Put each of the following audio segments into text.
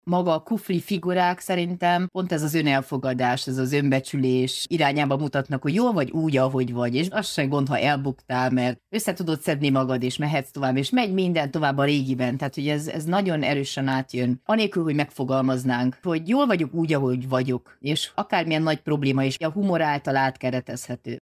Maga a kufli figurák szerintem pont ez az önelfogadás, ez az önbecsülés irányába mutatnak, hogy jól vagy úgy, ahogy vagy, és az sem gond, ha elbuktál, mert össze tudod szedni magad, és mehetsz tovább, és megy minden tovább a régiben. Tehát, hogy ez nagyon erősen átjön, anélkül, hogy megfogalmaznánk, hogy jól vagyok úgy, ahogy vagyok, és akármilyen nagy probléma is, a humor által átkeretezhető.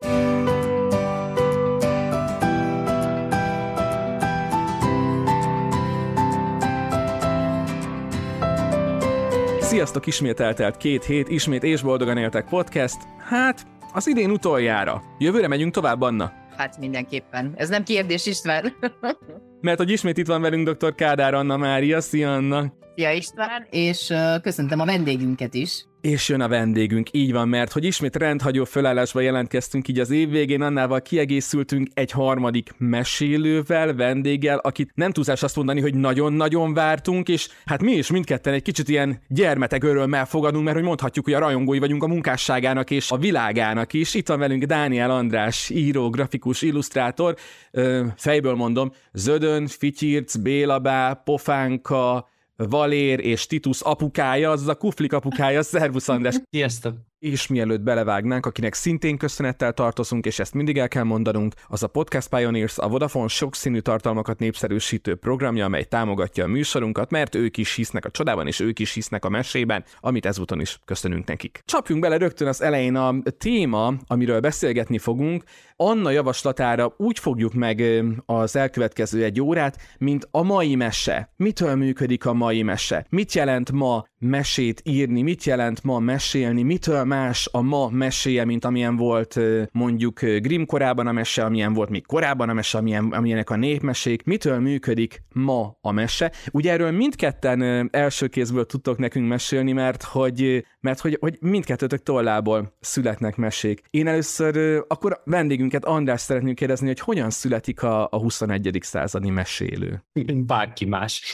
Sziasztok, ismét eltelt 2 hét, ismét És Boldogan Éltek podcast. Hát, az idén utoljára. Jövőre megyünk tovább, Anna? Hát mindenképpen. Ez nem kérdés, István. Mert hogy ismét itt van velünk dr. Kádár Anna Mária. Szia, Anna! Szia, István, és köszöntöm a vendégünket is. És jön a vendégünk, így van, mert hogy ismét rendhagyó fölállásba jelentkeztünk így az év végén, Annával kiegészültünk egy harmadik mesélővel, vendéggel, akit nem túlzás azt mondani, hogy nagyon-nagyon vártunk, és hát mi is mindketten egy kicsit ilyen gyermetek örömmel fogadunk, mert hogy mondhatjuk, hogy a rajongói vagyunk a munkásságának és a világának is. Itt van velünk Dániel András, író, grafikus, illusztrátor, fejből mondom, Zödön, Fityirc, Bélabá, Pofánka, Valér és Titus apukája, az a kuflik apukája. Szervusz, András! Sziasztok! És mielőtt belevágnánk, akinek szintén köszönettel tartozunk, és ezt mindig el kell mondanunk, az a Podcast Pioneers, a Vodafone sokszínű tartalmakat népszerűsítő programja, amely támogatja a műsorunkat, mert ők is hisznek a csodában, és ők is hisznek a mesében, amit ezúton is köszönünk nekik. Csapjunk bele rögtön az elején. A téma, amiről beszélgetni fogunk, Anna javaslatára úgy fogjuk meg az elkövetkező 1 órát, mint a mai mese. Mitől működik a mai mese? Mit jelent ma mesét írni? Mit jelent ma mesélni? Mitől más a ma meséje, mint amilyen volt mondjuk Grimm korában a mese, amilyen volt még korábban a mese, amilyenek a népmesék? Mitől működik ma a mese? Ugye erről mindketten első kézből tudtok nekünk mesélni, mert hogy mindkettőtök tollából születnek mesék. Én először akkor vendégünket, András, szeretném kérdezni, hogy hogyan születik a 21. századi mesélő? Bárki más.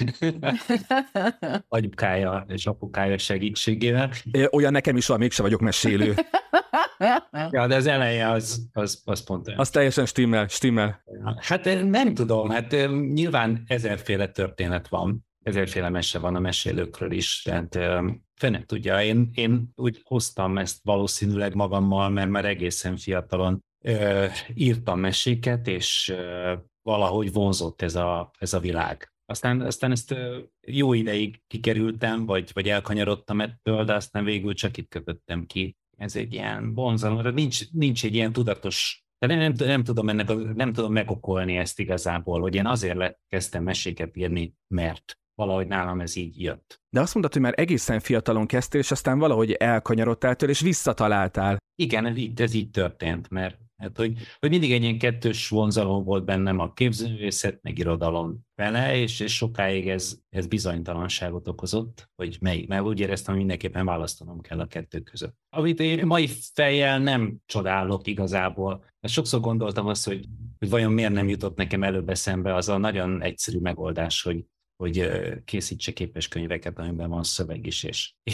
Anyukája és apukája segítségével. Olyan nekem is van, mégse vagyok mesélő. Ja, de az eleje az pont olyan. Az teljesen stimmel. Hát nem tudom, hát nyilván ezerféle történet van, ezerféle mese van a mesélőkről is, tehát fene tudja, én úgy hoztam ezt valószínűleg magammal, mert már egészen fiatalon írtam meséket, és valahogy vonzott ez a világ. Aztán ezt jó ideig kikerültem, vagy elkanyarodtam ettől, de aztán végül csak itt kötöttem ki. Ez egy ilyen vonzalom, nincs egy ilyen tudatos, de nem tudom megokolni ezt igazából, hogy én azért kezdtem meséket írni, mert valahogy nálam ez így jött. De azt mondod, hogy már egészen fiatalon kezdtél, és aztán valahogy elkanyarodtál tőle, és visszataláltál. Igen, ez így történt, mert hát, hogy mindig egy ilyen kettős vonzalom volt bennem, a képzőművészet, meg irodalom vele, és sokáig ez bizonytalanságot okozott, hogy melyik, mert úgy éreztem, hogy mindenképpen választanom kell a kettő között. Amit én mai fejjel nem csodálok igazából. Mert sokszor gondoltam azt, hogy vajon miért nem jutott nekem előbb eszembe az a nagyon egyszerű megoldás, hogy készítse képeskönyveket, amiben van szöveg is,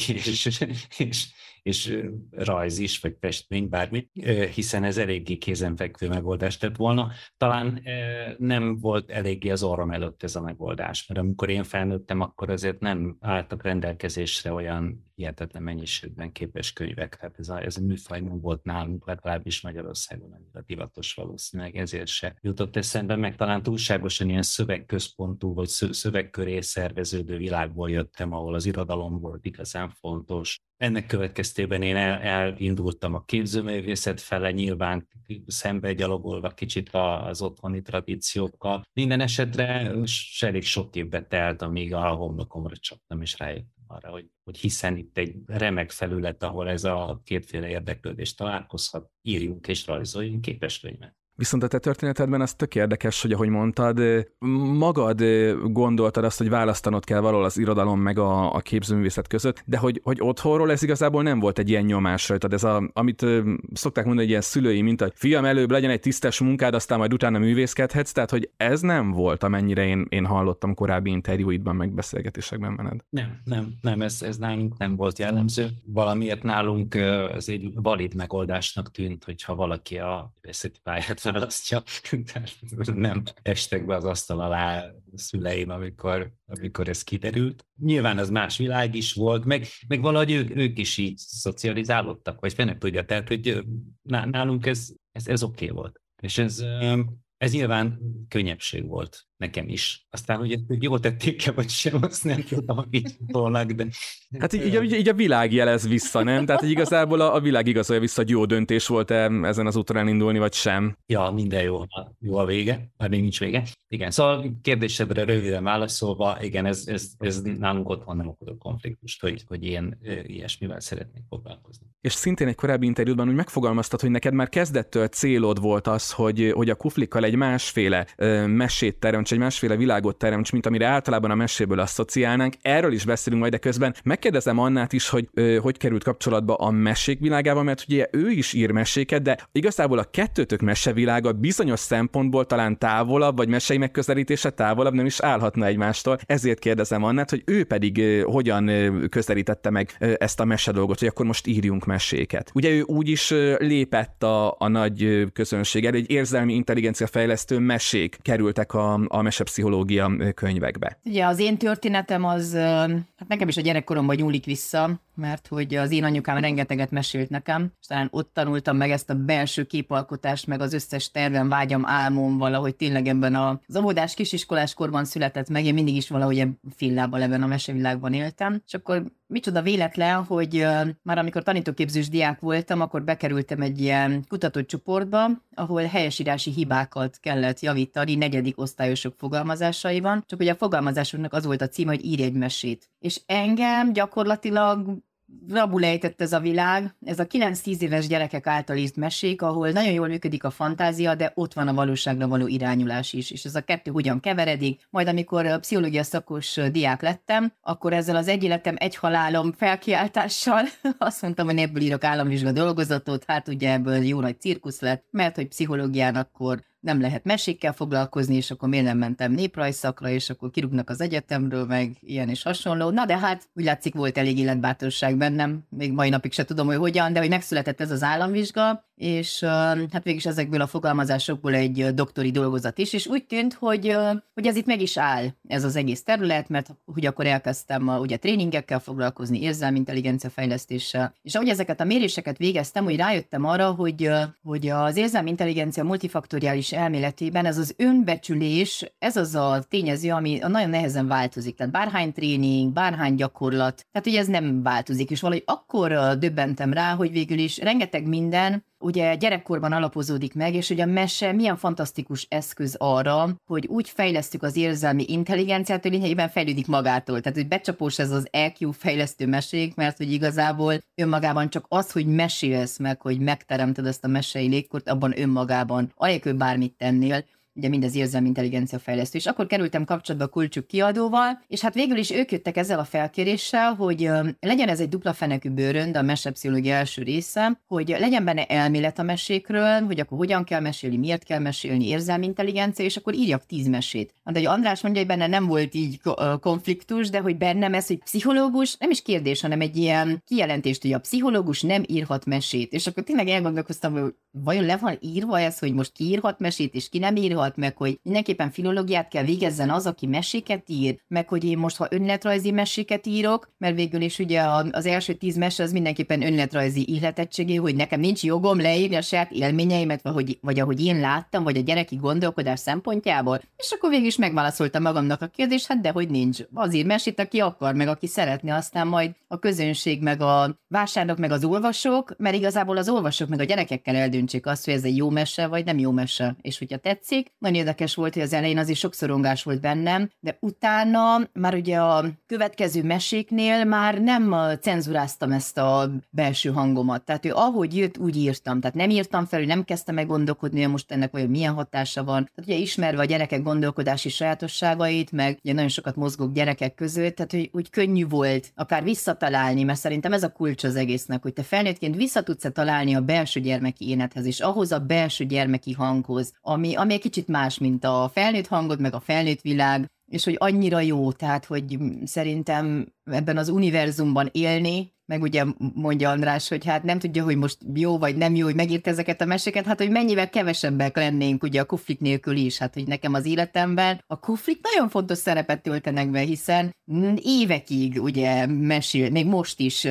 és rajz is, vagy festmény, bármi, hiszen ez eléggé kézenfekvő megoldás lett volna. Talán nem volt eléggé az orrom előtt ez a megoldás, mert amikor én felnőttem, akkor azért nem álltak rendelkezésre olyan hihetetlen mennyiségben képeskönyvek. Tehát ez a műfaj nem volt nálunk, legalábbis Magyarországon annyira divatos valószínűleg, ezért se jutott eszembe, meg talán túlságosan ilyen szövegközpontú, vagy szöveg köré szerveződő világból jöttem, ahol az irodalom volt igazán fontos. Ennek következtében én elindultam a képzőművészet fele, nyilván szembe gyalogolva kicsit az otthoni tradíciókkal. Minden esetre elég sok évbe telt, amíg a homlokomra csaptam, és rájöttem arra, hogy hiszen itt egy remek felület, ahol ez a kétféle érdeklődés találkozhat, írjunk és rajzoljunk képeskönyvet. Viszont a te történetedben az tök érdekes, hogy ahogy mondtad, magad gondoltad azt, hogy választanod kell valahol az irodalom meg a képzőművészet között, de hogy otthonról ez igazából nem volt egy ilyen nyomás rajtad. Ez amit szokták mondani, egy ilyen szülői minta, hogy fiam, előbb legyen egy tisztes munkád, aztán majd utána művészkedhetsz, tehát hogy ez nem volt, amennyire én hallottam korábbi interjúidban, meg beszélgetésekben veled. Nem, ez nálunk nem volt jellemző. Valamiért nálunk ez egy valid megoldásnak tűnt, hogyha valaki a művészeti pályát választja. Nem estek be az asztal alá szüleim, amikor ez kiderült. Nyilván az más világ is volt, meg valahogy ők is így szocializálódtak, vagy fennek tudja, tehát hogy nálunk ez oké volt. És ez nyilván könnyebbség volt nekem is. Aztán, hogy jól tették-e, vagy sem, azt nem tudom, így szólnak, de... Hát így a világ jelez vissza, nem? Tehát igazából a világ igazolja vissza, hogy jó döntés volt-e ezen az úton elindulni, vagy sem. Ja, minden jó a vége, már még nincs vége. Igen, szóval kérdésedre röviden válaszolva, igen, ez nálunk otthon nem okozott konfliktust, hogy ilyesmivel szeretnék foglalkozni. És szintén egy korábbi interjúban úgy megfogalmaztad, hogy neked már kezdettől célod volt az, hogy a kuflikkal egy másféle mesét teremts, egy másféle világot teremts, mint amire általában a meséből asszociálnánk. Erről is beszélünk majd, de közben megkérdezem Annát is, hogy került kapcsolatba a mesék világával, mert ugye ő is ír meséket, de igazából a kettőtök mesevilága bizonyos szempontból talán távolabb, vagy mesei megközelítése távolabb nem is állhatna egymástól. Ezért kérdezem Annát, hogy ő pedig hogyan közelítette meg ezt a mese dolgot, hogy akkor most írjunk meséket. Ugye ő úgy is lépett a nagy közönség elé, egy érzelmi intelligencia fejlesztő mesék kerültek a mesepszichológia könyvekbe. Ugye az én történetem az, hát nekem is a gyerekkoromban nyúlik vissza, mert hogy az én anyukám rengeteget mesélt nekem, és talán ott tanultam meg ezt a belső képalkotást, meg az összes tervem, vágyam, álmom valahogy tényleg ebben az óvodás kisiskolás korban született meg, én mindig is valahogy fillábbal ebben a mesevilágban éltem, és akkor micsoda véletlen, hogy már amikor tanítóképzős diák voltam, akkor bekerültem egy ilyen kutatócsoportba, ahol helyesírási hibákat kellett javítani negyedik osztályosok fogalmazásaiban, csak ugye a fogalmazásoknak az volt a címe, hogy írj egy mesét. És engem gyakorlatilag rabul ejtett ez a világ, ez a 9-10 éves gyerekek által írt mesék, ahol nagyon jól működik a fantázia, de ott van a valóságra való irányulás is, és ez a kettő hogyan keveredik. Majd amikor pszichológia szakos diák lettem, akkor ezzel az egy életem, egy halálom felkiáltással azt mondtam, hogy ebből írok államvizsga dolgozatot, hát ugye ebből jó nagy cirkusz lett, mert hogy pszichológián akkor nem lehet mesékkel foglalkozni, és akkor miért nem mentem néprajzszakra, és akkor kirúgnak az egyetemről, meg ilyen és hasonló. Na de hát úgy látszik, volt elég életbátorság bennem, még mai napig se tudom, hogy hogyan, de hogy megszületett ez az államvizsga, és hát végig ezekből a fogalmazásokból egy doktori dolgozat is, és úgy tűnt, hogy ez itt meg is áll, ez az egész terület, mert hogy akkor elkezdtem ugye tréningekkel foglalkozni, érzelmi intelligencia fejlesztéssel, és ahogy ezeket a méréseket végeztem, hogy rájöttem arra, hogy az érzelmi intelligencia multifaktoriális elméletében ez az önbecsülés, ez az a tényező, ami nagyon nehezen változik. Tehát bárhány tréning, bárhány gyakorlat, tehát ugye ez nem változik, és valahogy akkor döbbentem rá, hogy végül is rengeteg minden ugye gyerekkorban alapozódik meg, és ugye a mese milyen fantasztikus eszköz arra, hogy úgy fejlesztjük az érzelmi intelligenciát, hogy lényegében fejlődik magától. Tehát, hogy becsapós ez az EQ fejlesztő mesék, mert hogy igazából önmagában csak az, hogy mesélsz meg, hogy megteremted ezt a mesei légkort, abban önmagában, anélkül bármit tennél, ugye mindez érzelmi intelligencia fejlesztő. És akkor kerültem kapcsolatba a Kulcsuk kiadóval, és hát végül is ők jöttek ezzel a felkéréssel, hogy legyen ez egy dupla fenekű bőrönd, a mesepszichológia első része, hogy legyen benne elmélet a mesékről, hogy akkor hogyan kell mesélni, miért kell mesélni, érzelmi intelligencia, és akkor írjak 10 mesét. De hogy András mondja, hogy benne nem volt így konfliktus, de hogy bennem ez, hogy pszichológus, nem is kérdés, hanem egy ilyen kijelentést, hogy a pszichológus nem írhat mesét. És akkor tényleg elgondolkoztam, hogy vajon le van írva ez, hogy most ki írhat mesét, és ki nem írhat, meg hogy mindenképpen filológiát kell végezzen az, aki meséket ír, meg hogy én most, ha önéletrajzi meséket írok, mert végül is ugye az első 10 mese az mindenképpen önéletrajzi ihletettségé, hogy nekem nincs jogom leírni a saját élményeimet, vagy ahogy én láttam, vagy a gyereki gondolkodás szempontjából, és akkor végül is megválaszoltam magamnak a kérdést, hát dehogy nincs. Az ír mesét, aki akar, meg aki szeretne, aztán majd a közönség, meg a vásárlók, meg az olvasók, mert igazából az olvasók meg a gyerekekkel eldöntsék azt, hogy ez egy jó mese, vagy nem jó mese. És hogyha tetszik, nagyon érdekes volt, hogy az elején azért sok szorongás volt bennem, de utána már ugye a következő meséknél már nem cenzuráztam ezt a belső hangomat. Tehát ő ahogy jött, úgy írtam. Tehát nem írtam fel, hogy nem kezdtem meg gondolkodni, hogy most ennek vajon milyen hatása van. Tehát ugye ismerve a gyerekek gondolkodási sajátosságait, meg ugye nagyon sokat mozgok gyerekek között, tehát hogy úgy könnyű volt akár visszatalálni, mert szerintem ez a kulcs az egésznek, hogy te felnőttként vissza tudsz találni a belső gyermeki énedhez, és ahhoz a belső gyermeki hanghoz, ami egy kicsit más, mint a felnőtt hangod, meg a felnőtt világ, és hogy annyira jó, tehát hogy szerintem ebben az univerzumban élni, meg ugye mondja András, hogy hát nem tudja, hogy most jó vagy nem jó, hogy megírta ezeket a meséket, hát hogy mennyivel kevesebbek lennénk ugye a kuflik nélkül is, hát hogy nekem az életemben a kuflik nagyon fontos szerepet töltenek be, hiszen évekig ugye még most is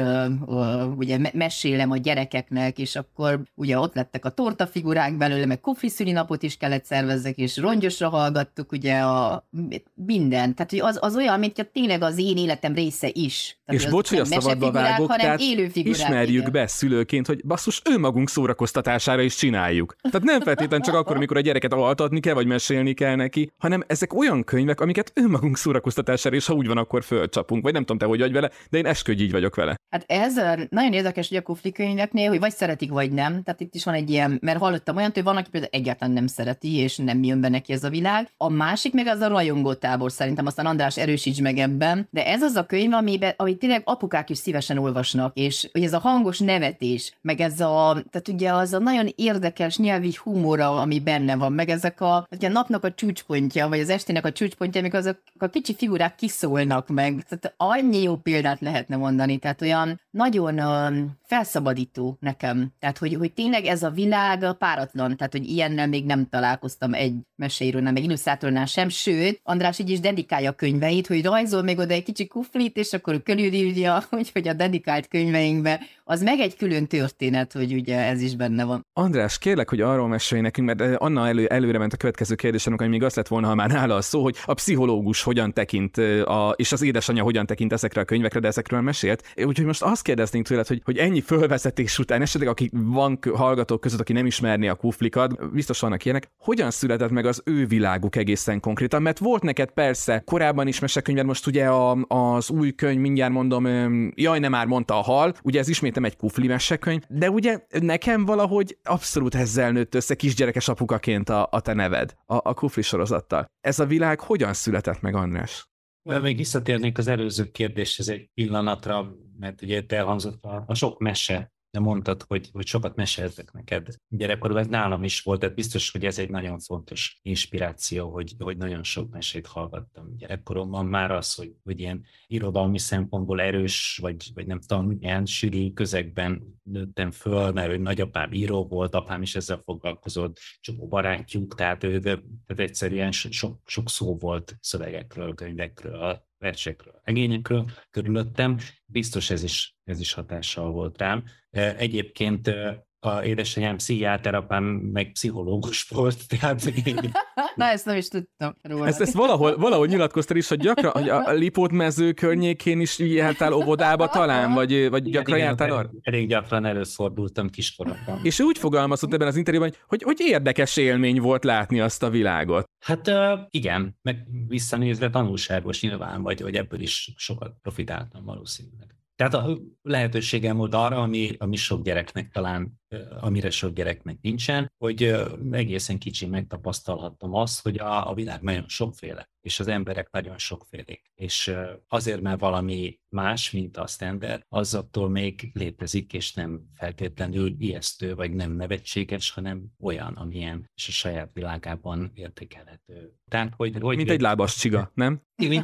ugye mesélem a gyerekeknek, és akkor ugye ott lettek a tortafigurák belőle, meg kufli szülinapot is kellett szervezzek, és rongyosra hallgattuk ugye a minden, tehát hogy az olyan, mint tényleg az én életem része is. Tehát, és bocs, hogy a szabadba vágok, tehát ismerjük be szülőként, hogy basszus, önmagunk szórakoztatására is csináljuk. Tehát nem feltétlenül csak akkor, amikor a gyereket altatni kell, vagy mesélni kell neki, hanem ezek olyan könyvek, amiket önmagunk szórakoztatására is, ha úgy van, akkor fölcsapunk. Vagy nem tudom te, hogy vagy vele, de én esküdj így vagyok vele. Hát ez nagyon érdekes, hogy a kufli könyveknél, hogy vagy szeretik, vagy nem. Tehát itt is van egy ilyen, mert hallottam olyan, hogy van, aki például egyáltalán nem szereti, és nem jön be neki ez a világ. A másik meg az a rajongótábor, szerintem aztán András erősíts meg ebben. De ez az a könyv, amit tényleg apukák is szívesen olvasnak, és hogy ez a hangos nevetés, meg ez tehát ugye az a nagyon érdekes nyelvi humora, ami benne van, meg ezek a napnak a csúcspontja, vagy az estének a csúcspontja, amik azok a kicsi figurák kiszólnak meg. Tehát annyi jó példát lehetne mondani, tehát olyan nagyon felszabadító nekem. Tehát, hogy tényleg ez a világ páratlan, tehát, hogy ilyennel még nem találkoztam egy meséről, meg illusztrátornál sem, sőt, András így is dedikálja a könyveit, hogy rajzol még oda egy kicsi kuflit, és akkor körülírja, hogy a dedikált könyveinkbe, az meg egy külön történet, hogy ugye ez is benne van. András, kérlek, hogy arról mesélj nekünk, mert Anna előre ment a következő kérdésem, hogy még azt lett volna, ha már nála a szó, hogy a pszichológus hogyan tekint, és az édesanyja hogyan tekint ezekre a könyvekre, de ezekről mesélt. Úgyhogy most azt kérdeznénk tőled, hogy ennyi fölvezetés után, esetleg akik van hallgatók között, aki nem ismerné a kuflikat, biztos vannak ilyenek, hogyan született meg az ő világuk egészen konkrétan? Mert volt neked persze korábban is mesekönyved, most ugye az új könyv, mindjárt mondom, jaj, nem már mondta a hal, ugye ez ismétem egy kufli mesekönyv, de ugye nekem valahogy abszolút ezzel nőtt össze kisgyerekes apukaként a te neved, a kufli sorozattal. Ez a világ hogyan született meg, András? Még visszatérnék az előző kérdéshez egy pillanatra, mert ugye elhangzott a sok mese, de mondtad, hogy sokat meséltek neked gyerekkorban, ez nálam is volt, tehát biztos, hogy ez egy nagyon fontos inspiráció, hogy nagyon sok mesét hallgattam gyerekkoromban. Már az, hogy ilyen irodalmi szempontból erős, vagy nem tudom, ilyen sűrű közegben nőttem föl, mert hogy nagyapám író volt, apám is ezzel foglalkozott, csomó barátjuk, tehát egyszerűen sok szó volt szövegekről, könyvekről, versekről, regényekről körülöttem. Biztos ez is hatással volt rám. Egyébként a édesanyám pszichiáter, apám meg pszichológus volt, tehát... Na, ezt nem is tudtam róla. Ezt valahol nyilatkoztad is, hogy gyakran hogy a Lipót-mező környékén is jártál óvodába talán, vagy gyakran jártál arra? Elég gyakran előfordultam kiskoromban. És ő úgy fogalmazott ebben az interjúban, hogy érdekes élmény volt látni azt a világot. Hát igen, meg visszanézve tanulságos nyilván, vagy ebből is sokat profitáltam valószínűleg. Tehát a lehetőségem volt arra, ami sok gyereknek talán, amire sok gyereknek nincsen, hogy egészen kicsi megtapasztalhattam azt, hogy a világ nagyon sokféle, és az emberek nagyon sokfélék. És azért, mert valami más, mint a standard, az attól még létezik, és nem feltétlenül ijesztő, vagy nem nevetséges, hanem olyan, amilyen, és a saját világában értékelhető. Tehát, mint egy lábas csiga, nem? Mint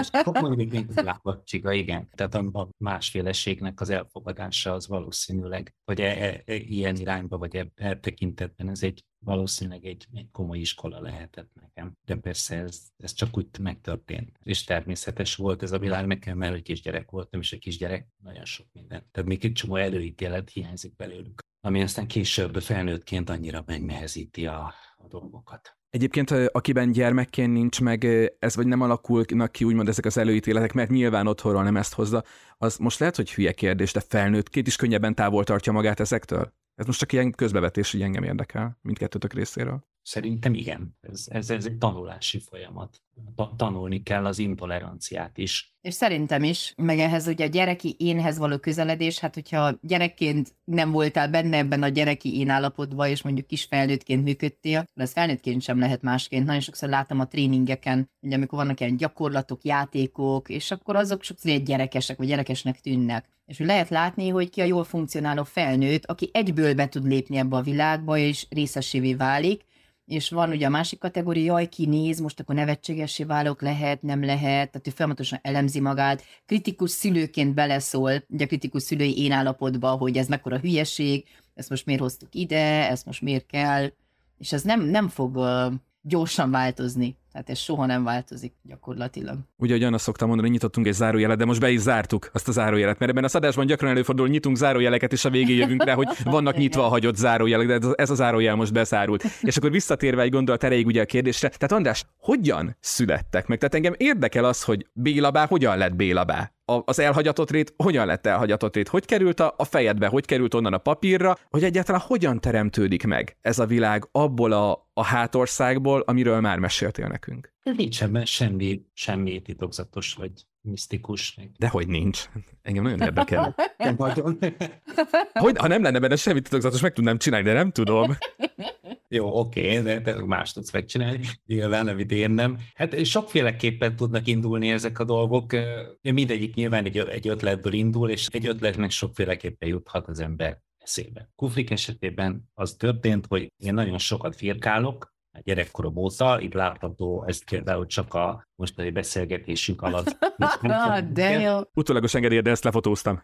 egy lábas csiga, igen. Tehát a másféleségnek az elfogadása az valószínűleg, hogy ilyen irányba, vagy tekintetben ez valószínűleg egy komoly iskola lehetett nekem. De persze ez csak úgy megtörtént. És természetes volt ez a világ nekem, mert egy kisgyerek voltam, és egy kisgyerek nagyon sok minden. Tehát még egy csomó előítélet hiányzik belőlük, ami aztán később felnőttként annyira megnehezíti a dolgokat. Egyébként, akiben gyermekként nincs meg, ez vagy nem alakulnak ki úgymond ezek az előítéletek, mert nyilván otthonról nem ezt hozza, az most lehet, hogy hülye kérdés, de felnőttként is könnyebben távol tartja magát ezektől? Ez most csak ilyen közbevetés, hogy engem érdekel mindkettőtök részéről. Szerintem igen. Ez egy tanulási folyamat. Tanulni kell az intoleranciát is. És szerintem is, meg ehhez ugye a gyereki énhez való közeledés, hát hogyha gyerekként nem voltál benne ebben a gyereki én állapotban, és mondjuk kis felnőttként működtél, de ez felnőttként sem lehet másként. Nagyon sokszor látom a tréningeken, ugye amikor vannak ilyen gyakorlatok, játékok, és akkor azok sokszor egy gyerekesek, vagy gyerekesnek tűnnek. És hogy lehet látni, hogy ki a jól funkcionáló felnőtt, aki egyből be tud lépni ebbe a világba, és részesévé válik, és van ugye a másik kategória, jaj, ki néz, most akkor nevetségessé válok, lehet, nem lehet, tehát ő folyamatosan elemzi magát, kritikus szülőként beleszól, ugye a kritikus szülői én állapotba, hogy ez mekkora hülyeség, ezt most miért hoztuk ide, ezt most miért kell, és ez nem fog gyorsan változni. Tehát ez soha nem változik gyakorlatilag. Ugye, hogy Anna szokta mondani, hogy nyitottunk egy zárójelet, de most be is zártuk azt a zárójelet, mert ebben a adásban gyakran előfordul, nyitunk zárójeleket, és a végén jövünk rá, hogy vannak nyitva a hagyott zárójelek, de ez a zárójel most bezárult. És akkor visszatérve egy gondolat erejéig ugye a kérdésre, tehát András, hogyan születtek meg? Tehát engem érdekel az, hogy Bélabá hogyan lett Bélabá? Az elhagyatott rét hogyan lett elhagyatott rét? Hogy került a fejedbe? Hogy került onnan a papírra? Hogy egyáltalán hogyan teremtődik meg ez a világ abból a hátországból, amiről már meséltél nekünk? Nincs ebben semmi titokzatos vagy misztikus. Dehogy nincs. Engem nagyon érdekel. Nagyon. Ha nem lenne benne semmi titokzatos, meg tudnám csinálni, de nem tudom. Jó, oké, de te más tudsz megcsinálni, nyilván, amit én nem. Hát sokféleképpen tudnak indulni ezek a dolgok. Mindegyik nyilván egy ötletből indul, és egy ötletnek sokféleképpen juthat az ember eszébe. Kuflik esetében az történt, hogy én nagyon sokat firkálok, a gyerekkorom óta, itt látható, ezt például csak a mostani beszélgetésünk alatt. De jó. Utólagos engedélyed, de ezt lefotóztam.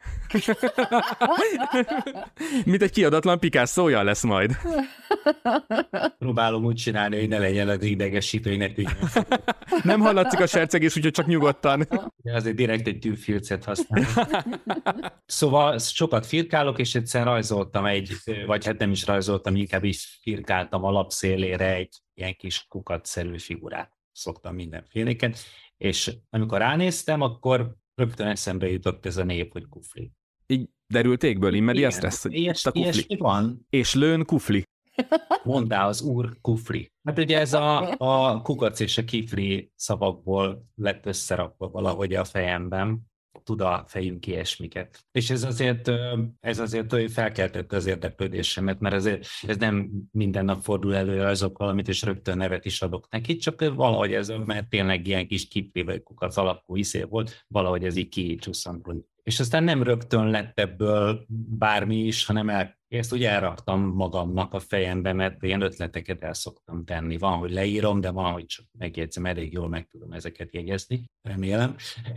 Mint egy kiadatlan Picasso, olyan lesz majd. Próbálom úgy csinálni, hogy ne legyen az idegesítő, hogy ne tűnjön. Nem hallatszik a sercegés, úgyhogy csak nyugodtan. Azért direkt egy tűfilcet használom. Szóval sokat firkálok, és egyszer rajzoltam vagy hát nem is rajzoltam, inkább is firkáltam a lapszélére egy ilyen kis kukatszerű figurát. Szoktam mindenféléket, és amikor ránéztem, akkor rögtön eszembe jutott ez a név, hogy Kufli. Így derült égből, immedi ezt lesz? Ilyesmi van. És lőn Kufli. Mondá az úr Kufli. Hát ugye ez a kukac és a kifli szavakból lett összerakva valahogy a fejemben. Tud a fejünk ilyesmiket. És ez azért felkeltette az érdeklődésemet, mert ez nem minden nap fordul elő azok valamit, és rögtön nevet is adok neki, csak valahogy ez, mert tényleg ilyen kis kifli vagy kukac alapú volt, valahogy ez így kicsusszant. És aztán nem rögtön lett ebből bármi is, hanem ezt úgy elraktam magamnak a fejembe, mert ilyen ötleteket el szoktam tenni. Van, hogy leírom, de van, hogy csak megjegyzem, elég jól meg tudom ezeket jegyezni, remélem.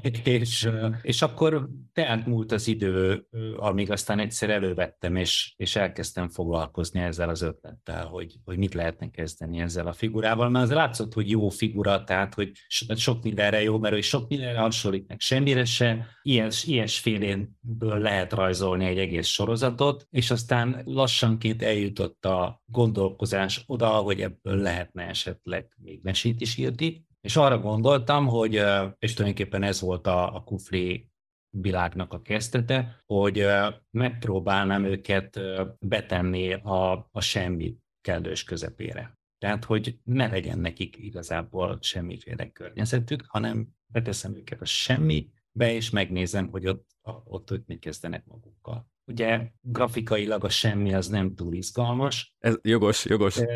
És akkor múlt az idő, amíg aztán egyszer elővettem, és elkezdtem foglalkozni ezzel az ötlettel, hogy mit lehetne kezdeni ezzel a figurával, mert az látszott, hogy jó figura, tehát hogy sok mindenre jó, mert hogy sok mindenre hasonlít, meg semmire se, ilyesféléből lehet rajzolni egy egész sorozatot, és aztán lassanként eljutott a gondolkozás oda, hogy ebből lehetne esetleg még mesét is írni, és arra gondoltam, hogy, és tulajdonképpen ez volt a Kufli világnak a kezdete, hogy megpróbálnám őket betenni a semmi kellős közepére. Tehát, hogy ne legyen nekik igazából semmiféle környezetük, hanem beteszem őket a semmibe, és megnézem, hogy ott mit kezdenek magukkal. Ugye grafikailag a semmi az nem túl izgalmas. Ez jogos.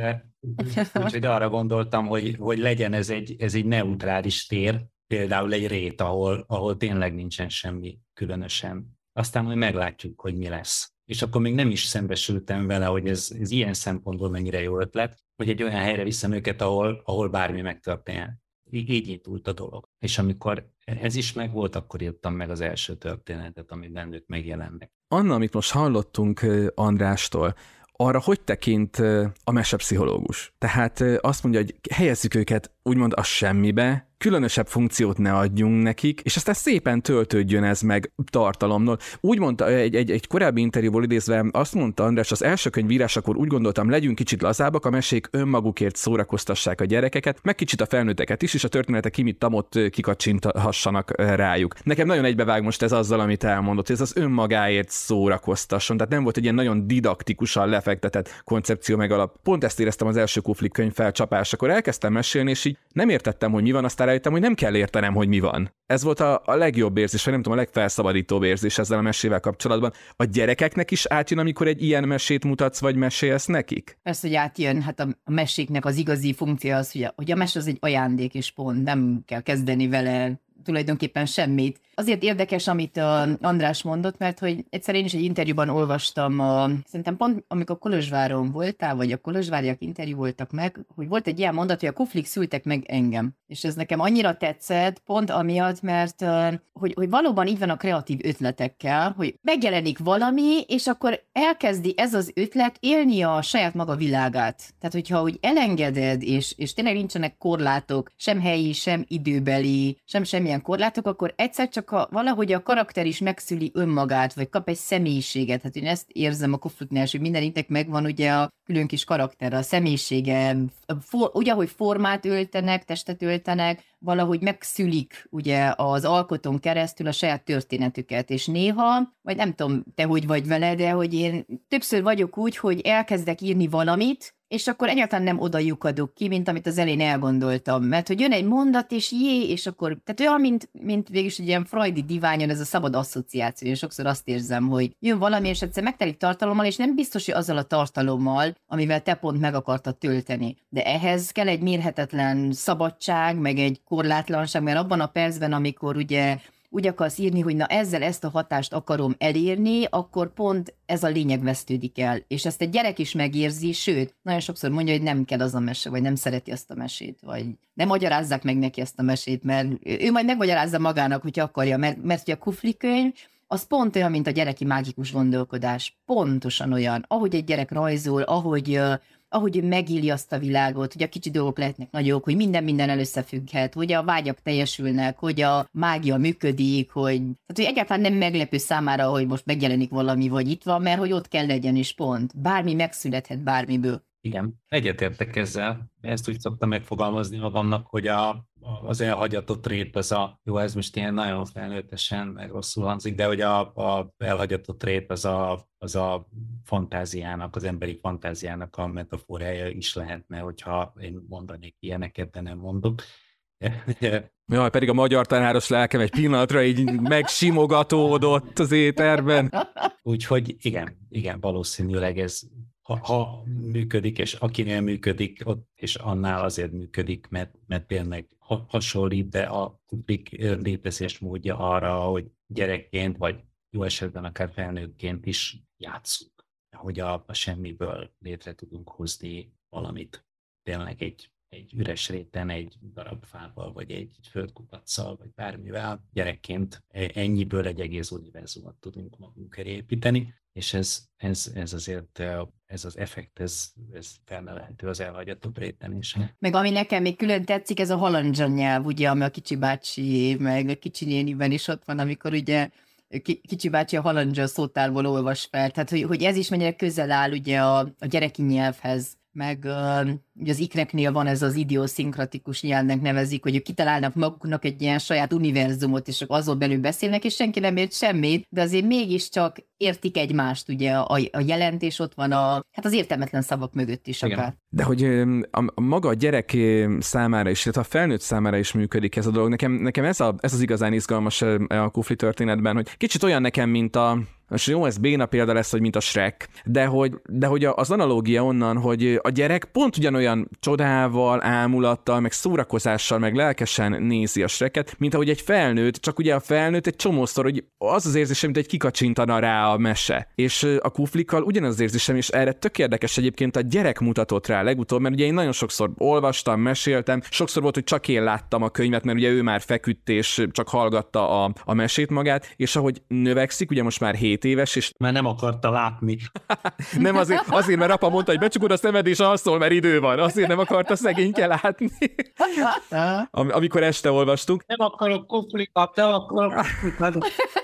Úgyhogy arra gondoltam, hogy legyen ez egy neutrális tér, például egy rét, ahol tényleg nincsen semmi különösen. Aztán majd meglátjuk, hogy mi lesz. És akkor még nem is szembesültem vele, hogy ez ilyen szempontból mennyire jó ötlet, hogy egy olyan helyre viszem őket, ahol bármi megtörténjen. Így nyitult a dolog. És amikor ez is megvolt, akkor írtam meg az első történetet, amiben ők megjelennek. Anna, amit most hallottunk Andrástól, arra hogy tekint a mesepszichológus? Tehát azt mondja, hogy helyezzük őket úgymond a semmibe, különösebb funkciót ne adjunk nekik, és aztán szépen töltődjön ez meg tartalommal. Úgy mondta, egy korábbi interjúból idézve, azt mondta András, az első könyv írásakor úgy gondoltam, legyünk kicsit lazábbak, a mesék önmagukért szórakoztassák a gyerekeket, meg kicsit a felnőtteket is, és a történetek kimit-tamot kikacsinthassanak rájuk. Nekem nagyon egybevág most ez azzal, amit elmondott, hogy ez az önmagáért szórakoztasson, tehát nem volt egy ilyen nagyon didaktikusan lefektetett koncepció meg alap. Pont ezt éreztem az első Kufli könyv felcsapásakor, elkezdtem mesélni, és így nem értettem, hogy mi van, aztán rájöttem, hogy nem kell értenem, hogy mi van. Ez volt a legjobb érzés, vagy nem tudom, a legfelszabadítóbb érzés ezzel a mesével kapcsolatban. A gyerekeknek is átjön, amikor egy ilyen mesét mutatsz, vagy mesélsz nekik? Persze, hogy átjön, hát a meséknek az igazi funkció az, hogy a mese az egy ajándék, és pont nem kell kezdeni vele tulajdonképpen semmit. azért érdekes, amit András mondott, mert hogy egyszer én is egy interjúban olvastam, szerintem pont amikor Kolozsváron voltál, vagy a kolozsváriak interjú voltak meg, hogy volt egy ilyen mondat, hogy a kuflik szültek meg engem. És ez nekem annyira tetszett, pont amiatt, mert hogy valóban így van a kreatív ötletekkel, hogy megjelenik valami, és akkor elkezdi ez az ötlet élni a saját maga világát. Tehát, hogyha úgy elengeded, és tényleg nincsenek korlátok, sem helyi, sem időbeli, sem semmilyen korlátok, akkor egyszer csak valahogy a karakter is megszüli önmagát, vagy kap egy személyiséget. Hát én ezt érzem a kufliknál, hogy mindeniknek megvan ugye a külön kis karakter, a személyisége, ugye, ahogy formát öltenek, testet öltenek, valahogy megszülik ugye az alkotón keresztül a saját történetüket, és néha, vagy nem tudom, te hogy vagy vele, de hogy én többször vagyok úgy, hogy elkezdek írni valamit, és akkor egyáltalán nem oda lyukadok ki, mint amit az elején elgondoltam. Mert hogy jön egy mondat, és és akkor, tehát olyan, mint végülis egy ilyen freudi diványon, ez a szabad asszociáció. Én sokszor azt érzem, hogy jön valami, és egyszer megtelik tartalommal, és nem biztos, hogy azzal a tartalommal, amivel te pont meg akartad tölteni. De ehhez kell egy mérhetetlen szabadság, meg egy korlátlanság, mert abban a percben, amikor ugye úgy akarsz írni, hogy na ezzel ezt a hatást akarom elérni, akkor pont ez a lényeg vesztődik el. És ezt egy gyerek is megérzi, sőt, nagyon sokszor mondja, hogy nem kell az a mese, vagy nem szereti azt a mesét, vagy nem magyarázzák meg neki ezt a mesét, mert ő majd megmagyarázza magának, hogyha akarja, mert hogy a kuflikönyv, az pont olyan, mint a gyereki mágikus gondolkodás. Pontosan olyan, ahogy egy gyerek rajzol, ahogy megéli azt a világot, hogy a kicsi dolgok lehetnek nagyok, hogy minden összefügghet, hogy a vágyak teljesülnek, hogy a mágia működik, tehát, hogy egyáltalán nem meglepő számára, hogy most megjelenik valami, vagy itt van, mert hogy ott kell legyen is pont. Bármi megszülethet bármiből. Igen, egyetértek ezzel. Ezt úgy szoktam megfogalmazni magamnak, hogy az elhagyatott rép, ez most ilyen nagyon felnőttesen, meg rosszul hangzik, de hogy a elhagyatott rép az a fantáziának, az emberi fantáziának a metaforája is lehetne, hogyha én mondanék ilyeneket, de nem mondok. Jaj, pedig a magyar tanáros lelkem egy pillanatra így megsimogatódott az éterben. Úgyhogy igen, valószínűleg ez ha működik, és akinél működik, ott és annál azért működik, mert tényleg hasonlít, de a kuflik létezés módja arra, hogy gyerekként, vagy jó esetben akár felnőttként is játszunk, hogy a semmiből létre tudunk hozni valamit. Tényleg egy üres réten, egy darab fával, vagy egy földkupaccal, vagy bármivel gyerekként ennyiből egy egész univerzumot tudunk magunk köré építeni, és ez azért, ez az effekt, ez felnevelhető az elhagyatott réten is. Meg ami nekem még külön tetszik, ez a halandzsa nyelv, ugye, ami a kicsi bácsi, meg a kicsi néniben is ott van, amikor ugye kicsi bácsi a halandzsa szótárból olvas fel, tehát hogy ez is mennyire közel áll ugye a gyereki nyelvhez, meg ugye az ikreknél van ez az idioszinkratikus nyelvnek nevezik, hogy ők kitalálnak maguknak egy ilyen saját univerzumot, és azon belül beszélnek, és senki nem ért semmit, de azért mégiscsak értik egymást, ugye a jelentés ott van az értelmetlen szavak mögött is akár. Igen. De hogy a maga a gyerek számára is, illetve a felnőtt számára is működik ez a dolog. Nekem ez az igazán izgalmas a kufli történetben, hogy kicsit olyan nekem, mint most jó, ez béna példa lesz, hogy mint a Shrek, de hogy az analógia onnan, hogy a gyerek pont ugyanolyan csodával, ámulattal, meg szórakozással, meg lelkesen nézi a Shreket, mint ahogy egy felnőtt, csak ugye a felnőtt egy csomószor, hogy az érzése, mint egy kikacsintana rá a mese. És a kuflikkal ugyanaz az érzésem, és erre tök érdekes egyébként a gyerek mutatott rá legutóbb, mert ugye én nagyon sokszor olvastam, meséltem, sokszor volt, hogy csak én láttam a könyvet, mert ugye ő már feküdt, és csak hallgatta a mesét magát, és ahogy növekszik, ugye most már 7 éves, és... Mert nem akarta látni. Nem azért, mert apa mondta, hogy becsukod a szemed, és alszol, mert idő van. Azért nem akarta szegényke látni. Amikor este olvastunk. Nem akarok kuflikat, nem akarok kuflikat.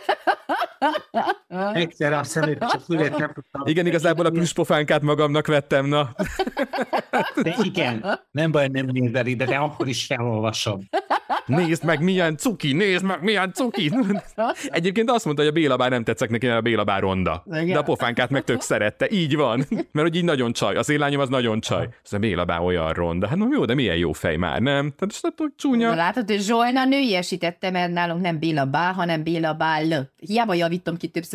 Egyszer a szemét, csak fülét nem tudtam. Igen, igazából a plüspofánkát magamnak vettem, na. De igen, nem baj, nem nézel ide, de akkor is felolvasom. Nézd meg, milyen cuki! Egyébként azt mondta, hogy a Béla bár nem tetszek neki, mert a Béla bár ronda. De a pofánkát meg tök szerette. Így van. Mert hogy így nagyon csaj. Az én lányom az nagyon csaj. Ez a Béla bár olyan ronda. Hát no, jó, de milyen jó fej már, nem? Tehát csúnya. Na látod, hogy Zsolna nőiesítette, mert nálunk nem Béla bá, hanem Béla bál. Hiába javítom ki többször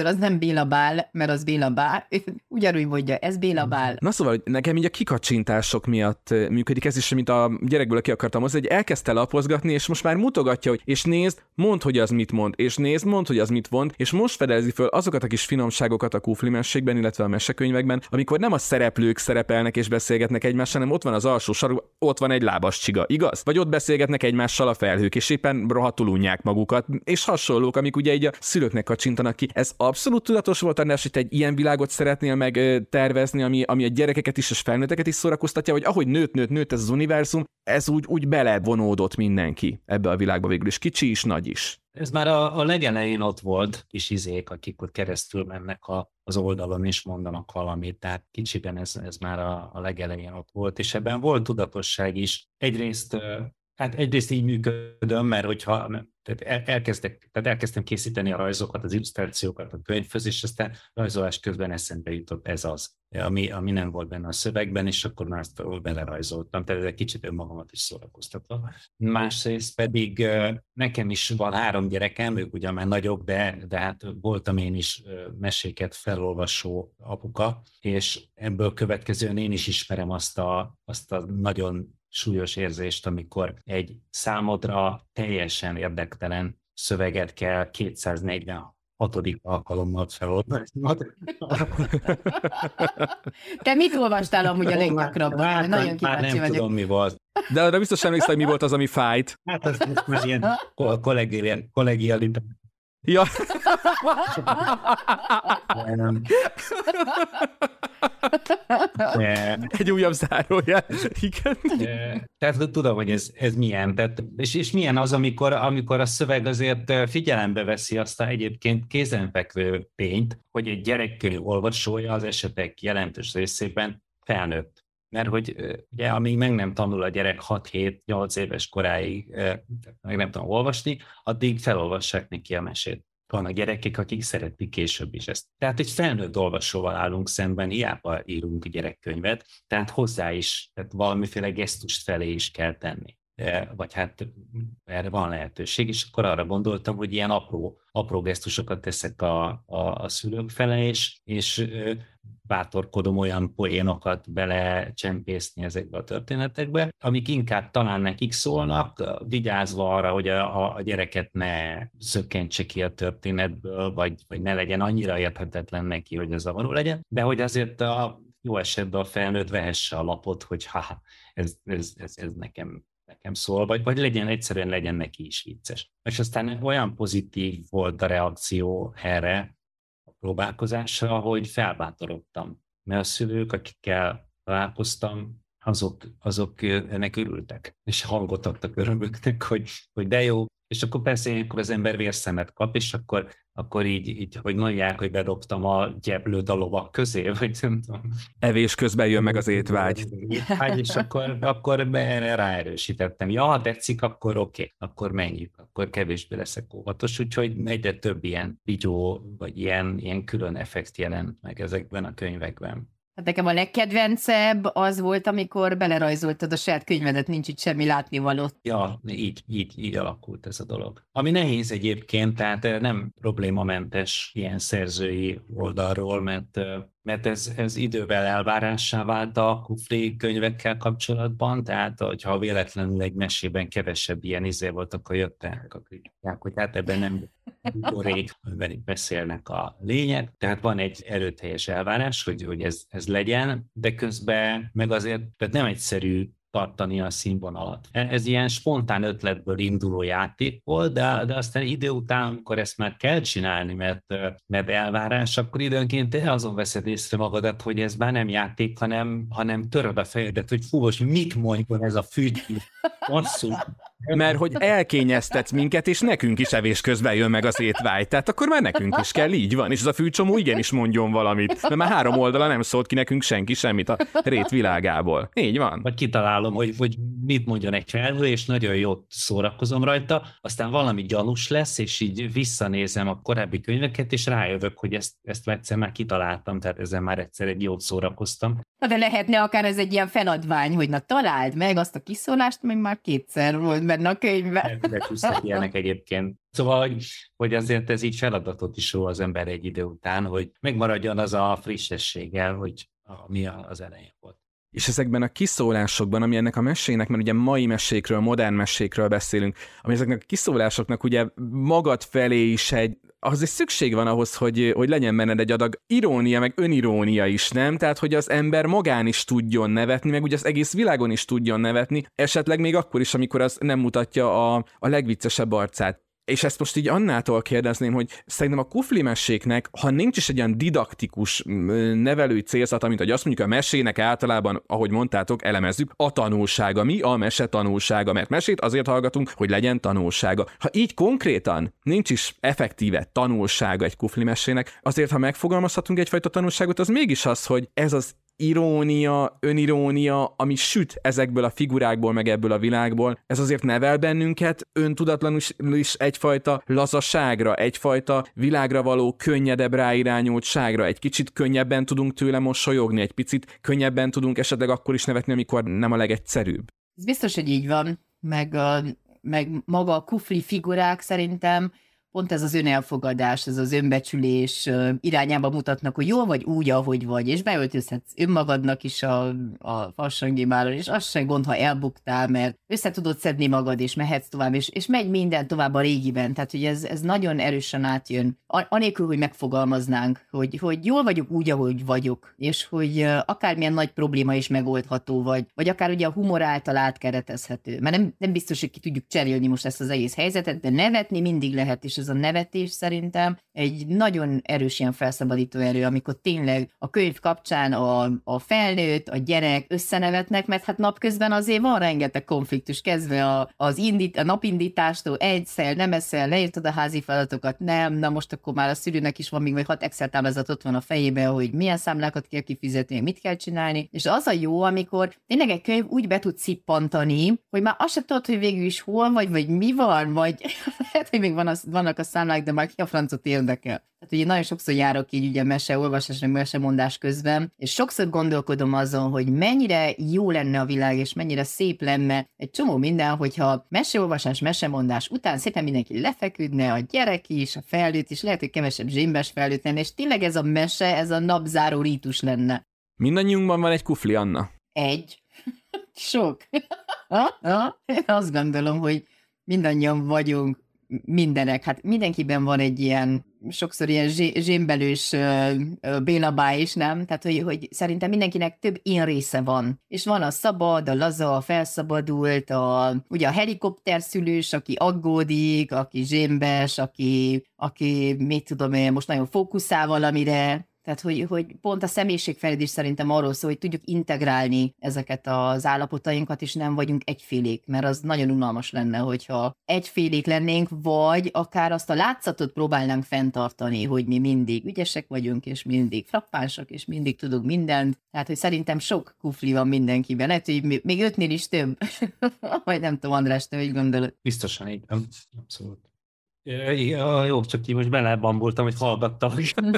az nem Béla Bál, mert az Béla Bál, ugyanúgy mondja, ez Béla Bál. Na szóval, hogy nekem így a kikacsintások miatt működik ez is, mint a gyerekből ki akartam hozni, hogy elkezdte lapozgatni, és most már mutogatja, hogy és nézd, mondd, hogy az mit mond, és nézd, mondd, hogy az mit mond, és most fedezi föl azokat a kis finomságokat a kúflimességben, illetve a mesekönyvekben, amikor nem a szereplők szerepelnek és beszélgetnek egymással, hanem ott van az alsó sarú, ott van egy lábas csiga, igaz? Vagy ott beszélgetnek egymással a felhők, és éppen rohadtul unják magukat, és hasonlók, amik ugye így a szülőknek kacsintanak ki. Ez abszolút tudatos volt, András, hogy te egy ilyen világot szeretnél meg tervezni, ami a gyerekeket is és felnőtteket is szórakoztatja, vagy ahogy nőtt ez az univerzum, ez úgy belevonódott mindenki ebbe a világba végül is, kicsi is, nagy is. Ez már a legelején ott volt kis izék, akik ott keresztül mennek az oldalon és mondanak valamit, tehát kicsiben ez már a legelején ott volt, és ebben volt tudatosság is. Egyrészt így működöm, mert hogyha elkezdtem készíteni a rajzokat, az illusztrációkat a könyvhöz, és aztán rajzolás közben eszembe jutott ez az, ami nem volt benne a szövegben, és akkor már azt belerajzoltam, tehát ez egy kicsit önmagamat is szórakoztatva. Másrészt pedig nekem is van 3 gyerekem, ők ugyan már nagyok, de hát voltam én is meséket felolvasó apuka, és ebből következően én is ismerem azt a nagyon súlyos érzést, amikor egy számodra teljesen érdektelen szöveget kell 246. alkalommal felolvasni. Te mit olvastál amúgy a leggyakrabban? Nagyon kíváncsi vagyok. Nem tudom, mi volt. De arra biztos emlékszel, hogy mi volt az, ami fájt. Hát az már ilyen kollegialitás. Ja. Egy újabb zárójel. Igen. Tehát tudom, hogy ez milyen. És milyen az, amikor a szöveg azért figyelembe veszi azt a egyébként kézenfekvő tényt, hogy egy gyerekkönyv olvasója az esetek jelentős részében felnőtt. Mert hogy ugye, amíg meg nem tanul a gyerek 6-7-8 éves koráig meg nem tudom olvasni, addig felolvassák neki a mesét. Vannak gyerekek, akik szeretik később is ezt. Tehát egy felnőtt olvasóval állunk szemben, hiába írunk gyerekkönyvet, tehát hozzá is, tehát valamiféle gesztust felé is kell tenni. Vagy hát erre van lehetőség, és akkor arra gondoltam, hogy ilyen apró gesztusokat teszek a szülők fele, és bátorkodom olyan poénokat belecsempészni ezekbe a történetekbe, amik inkább talán nekik szólnak, vigyázva arra, hogy a gyereket ne szökkentse ki a történetből, vagy ne legyen annyira érthetetlen neki, hogy ez zavaró legyen, de hogy azért a jó esetben a felnőtt vehesse a lapot, hogy ez nekem szól, vagy egyszerűen legyen neki is vicces. És aztán olyan pozitív volt a reakció erre a próbálkozásra, hogy felbátorodtam. Mert a szülők, akikkel találkoztam, azok ennek örültek, és hangot adtak örömüknek, hogy de jó. És akkor persze ilyenkor az ember vérszemet kap, és akkor így, hogy mondják, hogy bedobtam a gyeblőt a lovak közé, vagy nem tudom. Evés közben jön meg az étvágy. És akkor erre ráerősítettem. Ja, ha tetszik, akkor oké, akkor menjünk, akkor kevésbé leszek óvatos, úgyhogy egyre több ilyen vigyó, vagy ilyen külön effekt jelent meg ezekben a könyvekben. Hát nekem a legkedvencebb az volt, amikor belerajzoltad a saját könyvedet, nincs itt semmi látnivaló. Ja, így alakult ez a dolog. Ami nehéz egyébként, tehát nem problémamentes ilyen szerzői oldalról, mert ez idővel elvárássá vált a kufli könyvekkel kapcsolatban, tehát ha véletlenül egy mesében kevesebb ilyen volt, akkor jöttek a kritikák, hogy hát ebben nem rég beszélnek a lényeg, tehát van egy erőteljes elvárás, hogy ez legyen, de közben meg azért tehát nem egyszerű tartani a színvonalat. Ez ilyen spontán ötletből induló játék volt, de aztán idő után, amikor ezt már kell csinálni, mert elvárás, akkor időnként azon veszed észre magadat, hogy ez már nem játék, hanem töröd a fejedet, hogy fú, most mit mondjon ez a fügy, Mert hogy elkényeztetsz minket, és nekünk is evés közben jön meg az étvágy. Tehát akkor már nekünk is kell, így van. És az a fűcsomó igenis mondjon valamit. Mert már 3 oldala nem szólt ki nekünk senki semmit a rét világából. Így van. Vagy kitalálom próbálom, hogy mit mondjon egy felhő, és nagyon jót szórakozom rajta, aztán valami gyanús lesz, és így visszanézem a korábbi könyveket, és rájövök, hogy ezt egyszer már kitaláltam, tehát ezzel már egyszer egy jót szórakoztam. Na de lehetne akár ez egy ilyen feladvány, hogy na találd meg azt a kiszólást, meg már kétszer volt benne a könyvben. Becsúsztak ilyenek egyébként. Szóval, hogy azért ez így feladatot is ró az ember egy idő után, hogy megmaradjon az a frissességgel, hogy mi az elején volt. És ezekben a kiszólásokban, ami ennek a mesének, mert ugye mai mesékről, modern mesékről beszélünk, ami ezeknek a kiszólásoknak ugye magad felé is azért szükség van ahhoz, hogy legyen benned egy adag irónia, meg önirónia is, nem? Tehát, hogy az ember magán is tudjon nevetni, meg ugye az egész világon is tudjon nevetni, esetleg még akkor is, amikor az nem mutatja a legviccesebb arcát. És ezt most így Annától kérdezném, hogy szerintem a kufli meséknek, ha nincs is egy olyan didaktikus nevelői célzata, mint hogy azt mondjuk a mesének általában, ahogy mondtátok, elemezzük, a tanulsága. Mi a mese tanulsága? Mert mesét azért hallgatunk, hogy legyen tanulsága. Ha így konkrétan nincs is effektíve tanulsága egy kufli mesének, azért ha megfogalmazhatunk egyfajta tanulságot, az mégis az, hogy ez az irónia, önirónia, ami süt ezekből a figurákból, meg ebből a világból, ez azért nevel bennünket öntudatlanul is egyfajta lazaságra, egyfajta világra való könnyedebb ráirányultságra, egy kicsit könnyebben tudunk tőle mosolyogni, egy picit könnyebben tudunk esetleg akkor is nevetni, amikor nem a legegyszerűbb. Ez biztos, hogy így van, meg maga a kufli figurák szerintem pont ez az önelfogadás, ez az önbecsülés irányába mutatnak, hogy jól vagy úgy, ahogy vagy, és beöltözhetsz önmagadnak is a farsangyimáron, és az sem gond, ha elbuktál, mert össze tudod szedni magad, és mehetsz tovább, és megy minden tovább a régiben. Tehát, hogy ez nagyon erősen átjön. Anélkül, hogy megfogalmaznánk, hogy jól vagyok úgy, ahogy vagyok, és hogy akármilyen nagy probléma is megoldható, vagy akár ugye a humor által átkeretezhető. Mert nem biztos, hogy ki tudjuk cserélni most ezt az egész helyzetet, de nevetni mindig lehet, és ez a nevetés szerintem egy nagyon erős ilyen felszabadító erő, amikor tényleg a könyv kapcsán a felnőtt, a gyerek összenevetnek, mert hát napközben azért van rengeteg konfliktus, kezdve a napindítástól, egyszer, nem eszel, leírtad a házi feladatokat, nem, na most akkor már a szülőnek is van még vagy 6 Excel táblázat ott van a fejében, hogy milyen számlákat kell kifizetni, mit kell csinálni, és az a jó, amikor tényleg egy könyv úgy be tud szippantani, hogy már azt sem tudod, hogy végül is hol vagy mi van, vagy lehet, hogy még vannak a számlák, de már ki a francot érdekel. Tehát ugye nagyon sokszor járok így ugye meseolvasás, meg mesemondás közben, és sokszor gondolkodom azon, hogy mennyire jó lenne a világ, és mennyire szép lenne egy csomó minden, hogyha meseolvasás, mesemondás után szépen mindenki lefeküdne, a gyerek is, a felnőtt is, lehet, hogy kevesebb zsémbes felnőtt lenne, és tényleg ez a mese, ez a napzáró rítus lenne. Mindannyiunkban van egy kufli, Anna. Egy. Sok. Én azt gondolom, hogy mindannyian vagyunk mindenek. Hát mindenkiben van egy ilyen, sokszor ilyen zsémbelős bélabá is, nem? Tehát, hogy szerintem mindenkinek több én része van. És van a szabad, a laza, a felszabadult, ugye a helikopterszülős, aki aggódik, aki zsémbes, aki mit tudom én, most nagyon fókuszál valamire. Tehát, hogy pont a személyiségfejlődés szerintem arról szól, hogy tudjuk integrálni ezeket az állapotainkat, és nem vagyunk egyfélék, mert az nagyon unalmas lenne, hogyha egyfélék lennénk, vagy akár azt a látszatot próbálnánk fenntartani, hogy mi mindig ügyesek vagyunk, és mindig frappánsak, és mindig tudunk mindent. Tehát, hogy szerintem sok kufli van mindenkiben. Lehet, hogy még 5-nél is több. Vagy nem tudom, András, te hogy gondolod? Biztosan így, abszolút. Jó, csak így most belebambultam, hogy hallgattam.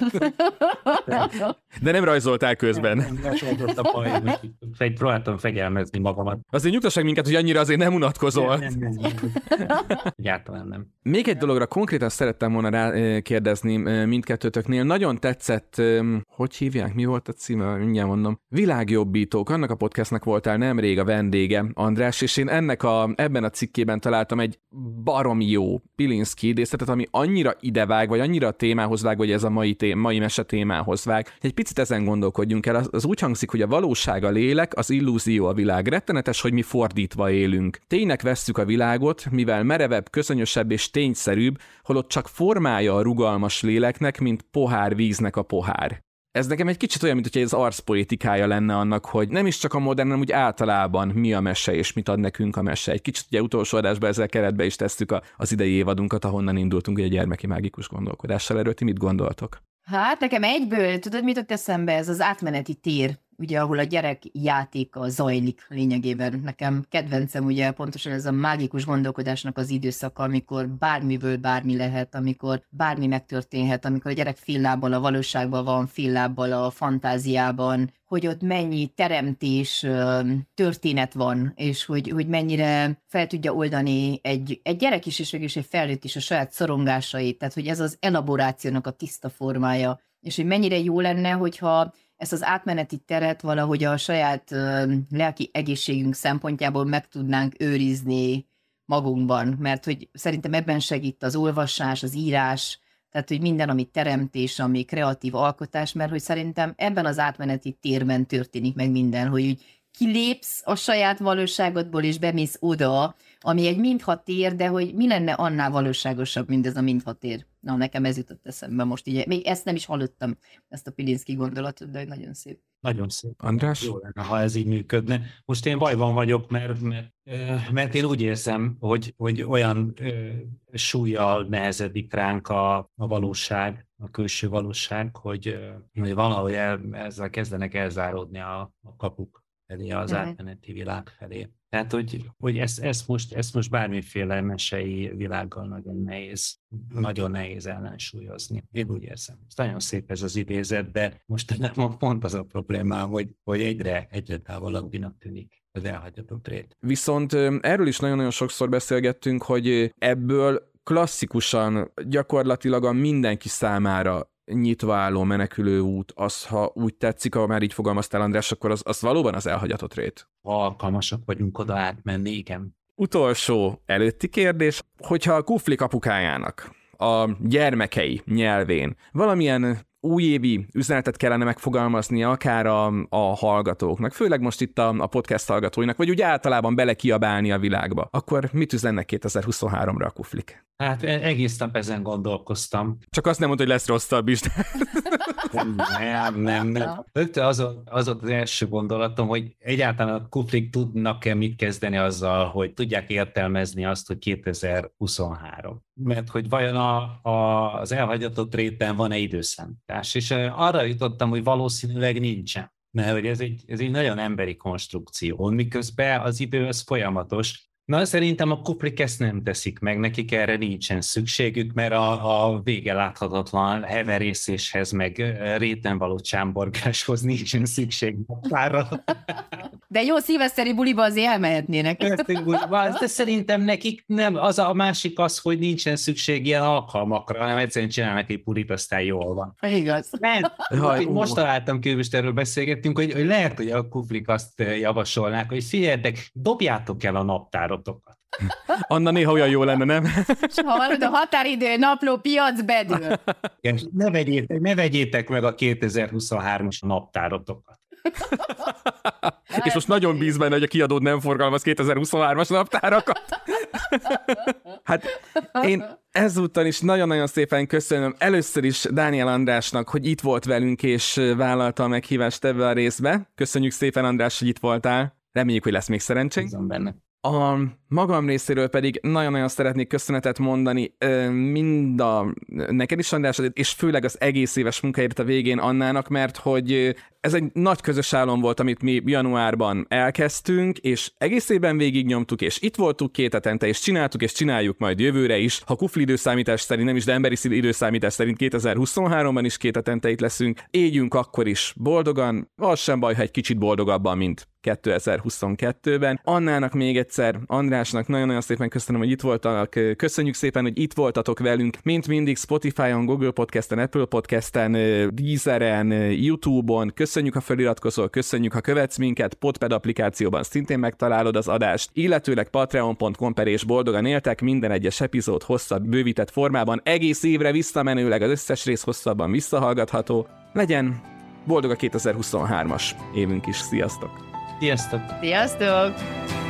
De nem rajzoltál közben. Nem próbáltam fegyelmezni magamat. Azért nyugtasság minket, hogy annyira azért nem unatkozol. Nem. Egyáltalán nem. Még egy dologra konkrétan szerettem volna rákérdezni mindkettőtöknél. Nagyon tetszett, hogy hívják, mi volt a címe, mindjárt mondom. Világjobbítók, annak a podcastnak voltál nemrég a vendége, András, és én ebben a cikkében találtam egy baromi jó Pilinszky idézetet, ami annyira idevág, vagy annyira a témához vág, vagy ez a mai mese témához vág. Egy picit ezen gondolkodjunk el. Az úgy hangzik, hogy a valóság a lélek, az illúzió a világ. Rettenetes, hogy mi fordítva élünk. Ténynek vesszük a világot, mivel merevebb, közönösebb és tényszerűbb, holott csak formája a rugalmas léleknek, mint pohár víznek a pohár. Ez nekem egy kicsit olyan, mint hogy ez arcpoetikája lenne annak, hogy nem is csak a modern, hanem úgy általában mi a mese, és mit ad nekünk a mese. Egy kicsit ugye utolsó adásban ezzel keretbe is tesszük az idei évadunkat, ahonnan indultunk egy gyermeki mágikus gondolkodással. Erről ti mit gondoltok? Hát nekem egyből, tudod, mit ott eszembe? Ez az átmeneti tér. ugye ahol a gyerek játéka zajlik lényegében. Nekem kedvencem ugye pontosan ez a mágikus gondolkodásnak az időszaka, amikor bármiből bármi lehet, amikor bármi megtörténhet, amikor a gyerek fél lábbal a valóságban van, fél lábbal a fantáziában, hogy ott mennyi teremtés történet van, és hogy mennyire fel tudja oldani egy gyerek is, és végülis egy felnőtt is a saját szorongásait, tehát hogy ez az elaborációnak a tiszta formája, és hogy mennyire jó lenne, hogyha ezt az átmeneti teret valahogy a saját lelki egészségünk szempontjából meg tudnánk őrizni magunkban, mert hogy szerintem ebben segít az olvasás, az írás, tehát hogy minden, ami teremtés, ami kreatív alkotás, mert hogy szerintem ebben az átmeneti térben történik meg minden, hogy úgy kilépsz a saját valóságodból, és bemész oda, ami egy mintha tér, de hogy mi lenne annál valóságosabb, mint ez a mintha tér. Na, nekem ez jutott eszembe most, így, még ezt nem is hallottam, ezt a Pilinszky gondolatot, de nagyon szép. Nagyon szép. András? Jó lenne, ha ez így működne. Most én bajban vagyok, mert én úgy érzem, hogy olyan súllyal nehezedik ránk a valóság, a külső valóság, hogy valahogy ezzel kezdenek elzáródni a kapuk felé, az átmeneti világ felé. Tehát, hogy ezt most bármiféle mesei világgal nagyon nehéz ellensúlyozni. Én úgy érzem. Ez nagyon szép ez az idézet, de most pont az a problémám, hogy egyre távolabbinak tűnik az elhagyatott rét. Viszont erről is nagyon-nagyon sokszor beszélgettünk, hogy ebből klasszikusan gyakorlatilag a mindenki számára nyitva álló menekülő út, az, ha úgy tetszik, ha már így fogalmaztál, András, akkor az valóban az elhagyatott rét. Ha alkalmasak vagyunk oda átmenni, igen. Utolsó előtti kérdés, hogyha a Kuflik apukájának a gyermekei nyelvén valamilyen újévi üzenetet kellene megfogalmaznia akár a hallgatóknak, főleg most itt a podcast hallgatóinak, vagy úgy általában belekiabálni a világba, akkor mit üzennek 2023-ra a Kuflik? Hát egész nap ezen gondolkoztam. Csak azt nem mondta, hogy lesz rosszabb is. Nem. Rögtön az az első gondolatom, hogy egyáltalán a Kuflik tudnak-e mit kezdeni azzal, hogy tudják értelmezni azt, hogy 2023. Mert hogy vajon az elhagyatott réten van-e időszámítás. És arra jutottam, hogy valószínűleg nincsen. Mert hogy ez egy nagyon emberi konstrukció, miközben az idő az folyamatos. Na, szerintem a Kuflik ezt nem teszik meg, nekik erre nincsen szükségük, mert a vége láthatatlan heverészéshez, meg réten való csámborgáshoz nincsen szükség. De jó szilveszteri buliba azért elmehetnének. De szerintem nekik nem, az a másik az, hogy nincsen szükség ilyen alkalmakra, hanem egyszerűen csinálnak egy bulit, aztán jól van. Igaz. Most találtam ki, és erről beszélgettünk, hogy lehet, hogy a Kuflik azt javasolnák, hogy figyeljetek, dobjátok el a naptárotokat. Anna néha olyan jó lenne, nem? Ha hallod, a határidő, napló, piac, bedől. Ne vegyétek meg a 2023-as naptárotokat. És most nagyon bíz benne, hogy a kiadód nem forgalmaz 2023-as naptárakat. Hát én ezúttal is nagyon-nagyon szépen köszönöm először is Dániel Andrásnak, hogy itt volt velünk, és vállalta a meghívást ebbe a részbe. Köszönjük szépen, András, hogy itt voltál. Reméljük, hogy lesz még szerencsénk. Bízom benne. A magam részéről pedig nagyon-nagyon szeretnék köszönetet mondani mind neked is, András, és főleg az egész éves munkáért a végén Annának, mert hogy ez egy nagy közös álom volt, amit mi januárban elkezdtünk, és egész évben végignyomtuk, és itt voltunk 2 hetente, és csináltuk, és csináljuk majd jövőre is. Ha Kufli időszámítás szerint, nem is, de emberi időszámítás szerint 2023-ban is 2 hetente itt leszünk. Éljünk akkor is boldogan, az sem baj, ha egy kicsit boldogabban, mint 2022-ben. Annának még egyszer, Andrásnak nagyon-nagyon szépen köszönöm, hogy itt voltak. Köszönjük szépen, hogy itt voltatok velünk, mint mindig Spotify-on, Google Podcasten, Apple Podcasten, Deezeren, YouTube-on. Köszönjük, ha feliratkozol, köszönjük, ha követsz minket, Podpad applikációban szintén megtalálod az adást, illetőleg patreon.com/boldogan éltek, minden egyes epizód hosszabb, bővített formában, egész évre visszamenőleg az összes rész hosszabban visszahallgatható. Legyen boldog a 2023-as évünk is. Sziasztok! Sziasztok! Sziasztok!